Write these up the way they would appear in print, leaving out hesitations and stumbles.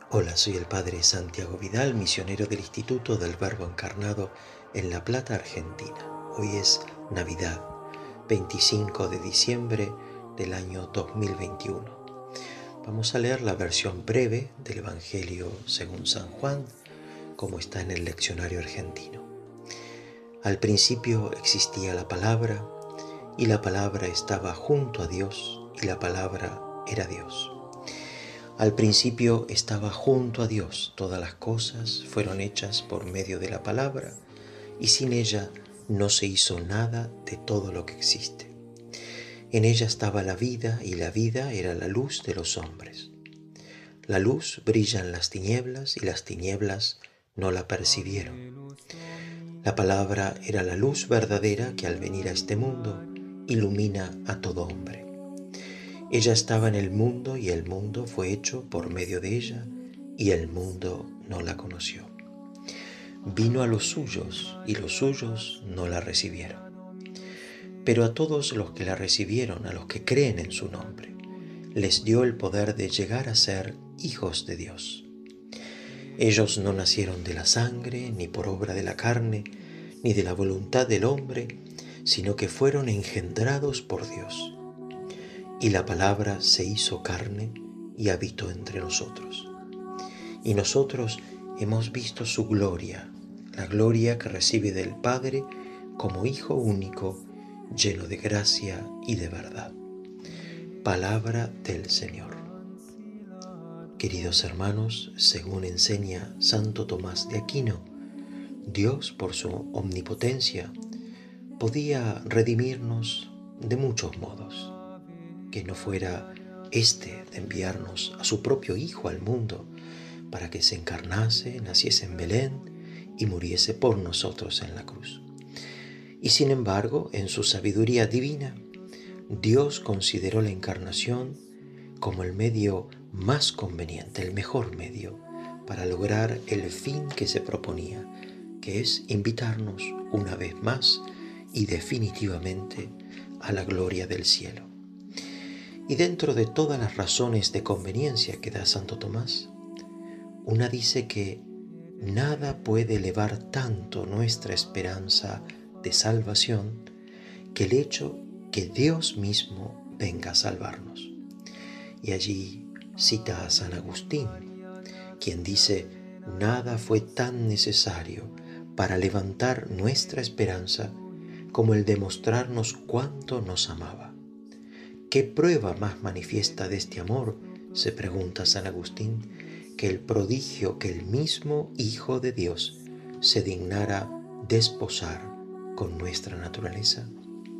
Hola, soy el Padre Santiago Vidal, misionero del Instituto del Verbo Encarnado en La Plata, Argentina. Hoy es Navidad, 25 de diciembre del año 2021. Vamos a leer la versión breve del Evangelio según San Juan, como está en el leccionario argentino. Al principio existía la palabra, y la palabra estaba junto a Dios, y la palabra era Dios. Al principio estaba junto a Dios, todas las cosas fueron hechas por medio de la palabra, y sin ella no se hizo nada de todo lo que existe. En ella estaba la vida, y la vida era la luz de los hombres. La luz brilla en las tinieblas, y las tinieblas no la percibieron. La palabra era la luz verdadera que al venir a este mundo ilumina a todo hombre. Ella estaba en el mundo y el mundo fue hecho por medio de ella y el mundo no la conoció. Vino a los suyos y los suyos no la recibieron. Pero a todos los que la recibieron, a los que creen en su nombre, les dio el poder de llegar a ser hijos de Dios. Ellos no nacieron de la sangre, ni por obra de la carne, ni de la voluntad del hombre, sino que fueron engendrados por Dios. Y la palabra se hizo carne y habitó entre nosotros. Y nosotros hemos visto su gloria, la gloria que recibe del Padre como Hijo único, lleno de gracia y de verdad. Palabra del Señor. Queridos hermanos, según enseña Santo Tomás de Aquino, Dios, por su omnipotencia, podía redimirnos de muchos modos, que no fuera de enviarnos a su propio Hijo al mundo para que se encarnase, naciese en Belén y muriese por nosotros en la cruz. Y sin embargo, en su sabiduría divina, Dios consideró la encarnación como el medio más conveniente, el mejor medio para lograr el fin que se proponía, que es invitarnos una vez más y definitivamente a la gloria del cielo. Y dentro de todas las razones de conveniencia que da Santo Tomás, una dice que nada puede elevar tanto nuestra esperanza de salvación que el hecho que Dios mismo venga a salvarnos. Y allí cita a San Agustín, quien dice: nada fue tan necesario para levantar nuestra esperanza como el demostrarnos cuánto nos amaba. ¿Qué prueba más manifiesta de este amor, se pregunta San Agustín, que el prodigio que el mismo Hijo de Dios se dignara desposar con nuestra naturaleza?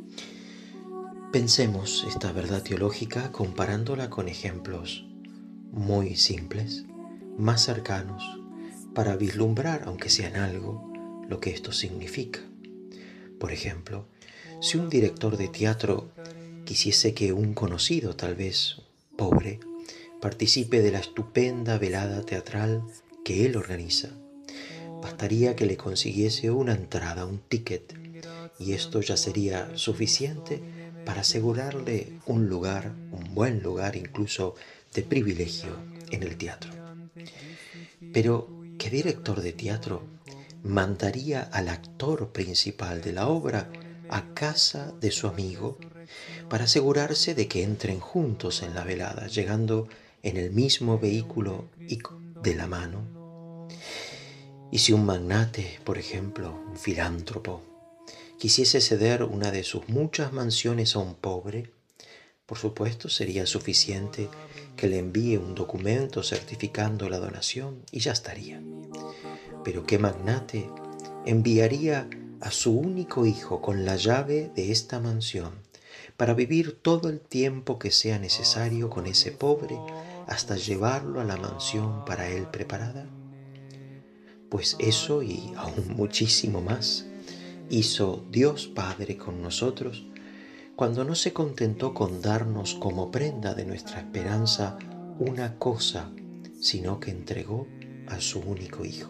Pensemos esta verdad teológica comparándola con ejemplos muy simples, más cercanos, para vislumbrar, aunque sea en algo, lo que esto significa. Por ejemplo, si un director de teatro quisiese que un conocido, tal vez pobre, participe de la estupenda velada teatral que él organiza, bastaría que le consiguiese una entrada, un ticket, y esto ya sería suficiente para asegurarle un lugar, un buen lugar, incluso de privilegio en el teatro. Pero, ¿qué director de teatro mandaría al actor principal de la obra a casa de su amigo para asegurarse de que entren juntos en la velada, llegando en el mismo vehículo y de la mano? Y si un magnate, por ejemplo, un filántropo, quisiese ceder una de sus muchas mansiones a un pobre, por supuesto sería suficiente que le envíe un documento certificando la donación y ya estaría. Pero ¿qué magnate enviaría a su único hijo con la llave de esta mansión para vivir todo el tiempo que sea necesario con ese pobre hasta llevarlo a la mansión para él preparada? Pues eso y aún muchísimo más hizo Dios Padre con nosotros cuando no se contentó con darnos como prenda de nuestra esperanza una cosa, sino que entregó a su único Hijo.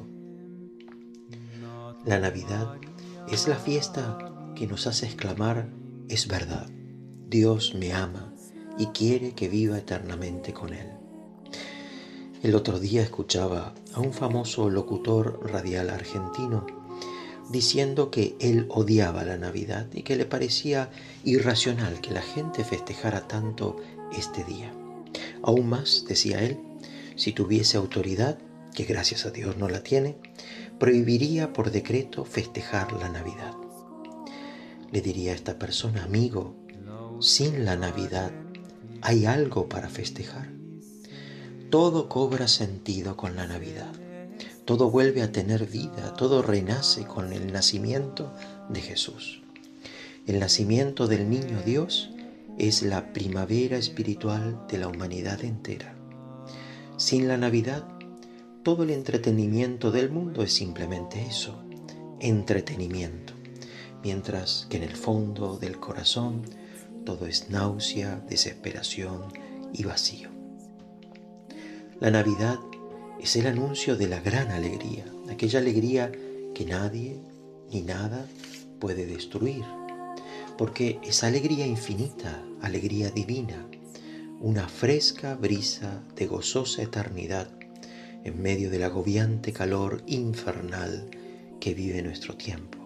La Navidad es la fiesta que nos hace exclamar: es verdad, Dios me ama y quiere que viva eternamente con Él. El otro día escuchaba a un famoso locutor radial argentino diciendo que él odiaba la Navidad y que le parecía irracional que la gente festejara tanto este día. Aún más, decía él, si tuviese autoridad, que gracias a Dios no la tiene, prohibiría por decreto festejar la Navidad. Le diría a esta persona: amigo, sin la Navidad, ¿hay algo para festejar? Todo cobra sentido con la Navidad. Todo vuelve a tener vida, todo renace con el nacimiento de Jesús. El nacimiento del niño Dios es la primavera espiritual de la humanidad entera. Sin la Navidad, todo el entretenimiento del mundo es simplemente eso, entretenimiento, mientras que en el fondo del corazón todo es náusea, desesperación y vacío. La Navidad es el anuncio de la gran alegría, aquella alegría que nadie ni nada puede destruir, porque es alegría infinita, alegría divina, una fresca brisa de gozosa eternidad en medio del agobiante calor infernal que vive nuestro tiempo.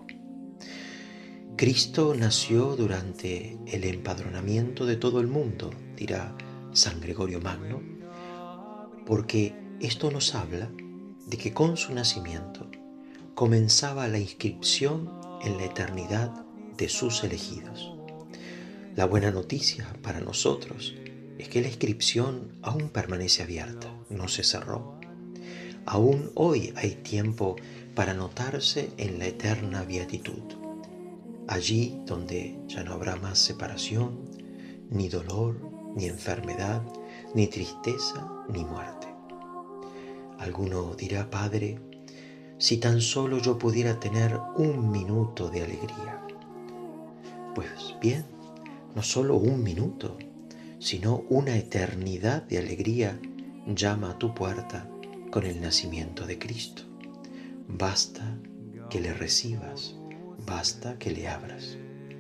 Cristo nació durante el empadronamiento de todo el mundo, dirá San Gregorio Magno, porque esto nos habla de que con su nacimiento comenzaba la inscripción en la eternidad de sus elegidos. La buena noticia para nosotros es que la inscripción aún permanece abierta, no se cerró. Aún hoy hay tiempo para anotarse en la eterna beatitud, allí donde ya no habrá más separación, ni dolor, ni enfermedad, ni tristeza, ni muerte. Alguno dirá: Padre, si tan solo yo pudiera tener un minuto de alegría. Pues bien, no solo un minuto, sino una eternidad de alegría llama a tu puerta con el nacimiento de Cristo. Basta que le recibas, basta que le abras.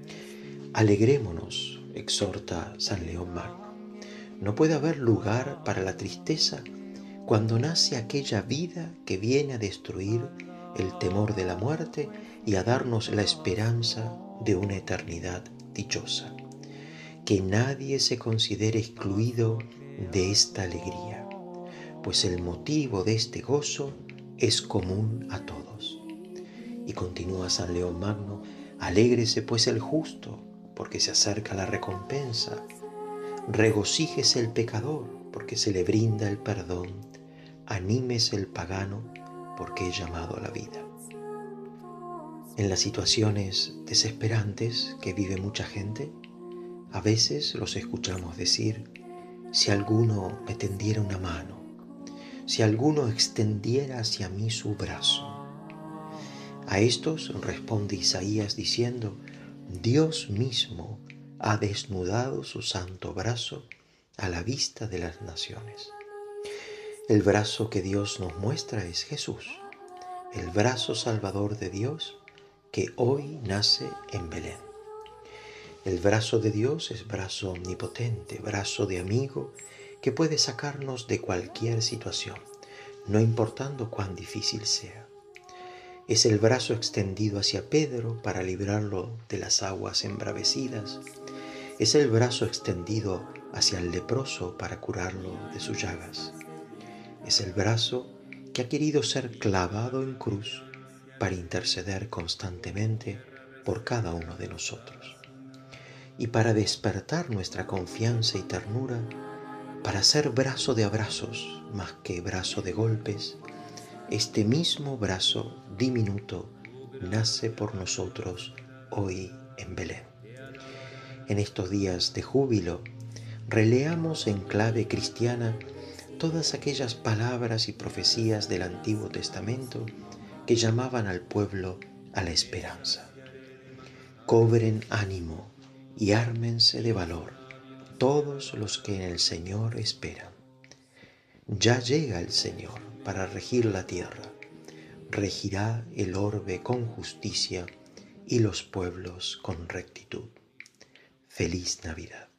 Alegrémonos, exhorta San León Magno. No puede haber lugar para la tristeza cuando nace aquella vida que viene a destruir el temor de la muerte y a darnos la esperanza de una eternidad dichosa. Que nadie se considere excluido de esta alegría, pues el motivo de este gozo es común a todos. Y continúa San León Magno: alégrese pues el justo, porque se acerca la recompensa. Regocíjese el pecador, porque se le brinda el perdón. Anímese el pagano, porque es llamado a la vida. En las situaciones desesperantes que vive mucha gente, a veces los escuchamos decir: si alguno me tendiera una mano, si alguno extendiera hacia mí su brazo. A estos responde Isaías diciendo: Dios mismo ha desnudado su santo brazo a la vista de las naciones. El brazo que Dios nos muestra es Jesús, el brazo salvador de Dios que hoy nace en Belén. El brazo de Dios es brazo omnipotente, brazo de amigo que puede sacarnos de cualquier situación, no importando cuán difícil sea. Es el brazo extendido hacia Pedro para librarlo de las aguas embravecidas. Es el brazo extendido hacia el leproso para curarlo de sus llagas. Es el brazo que ha querido ser clavado en cruz para interceder constantemente por cada uno de nosotros. Y para despertar nuestra confianza y ternura, para ser brazo de abrazos más que brazo de golpes, este mismo brazo diminuto nace por nosotros hoy en Belén. En estos días de júbilo, releamos en clave cristiana todas aquellas palabras y profecías del Antiguo Testamento que llamaban al pueblo a la esperanza. Cobren ánimo y ármense de valor todos los que en el Señor esperan. Ya llega el Señor para regir la tierra. Regirá el orbe con justicia y los pueblos con rectitud. Feliz Navidad.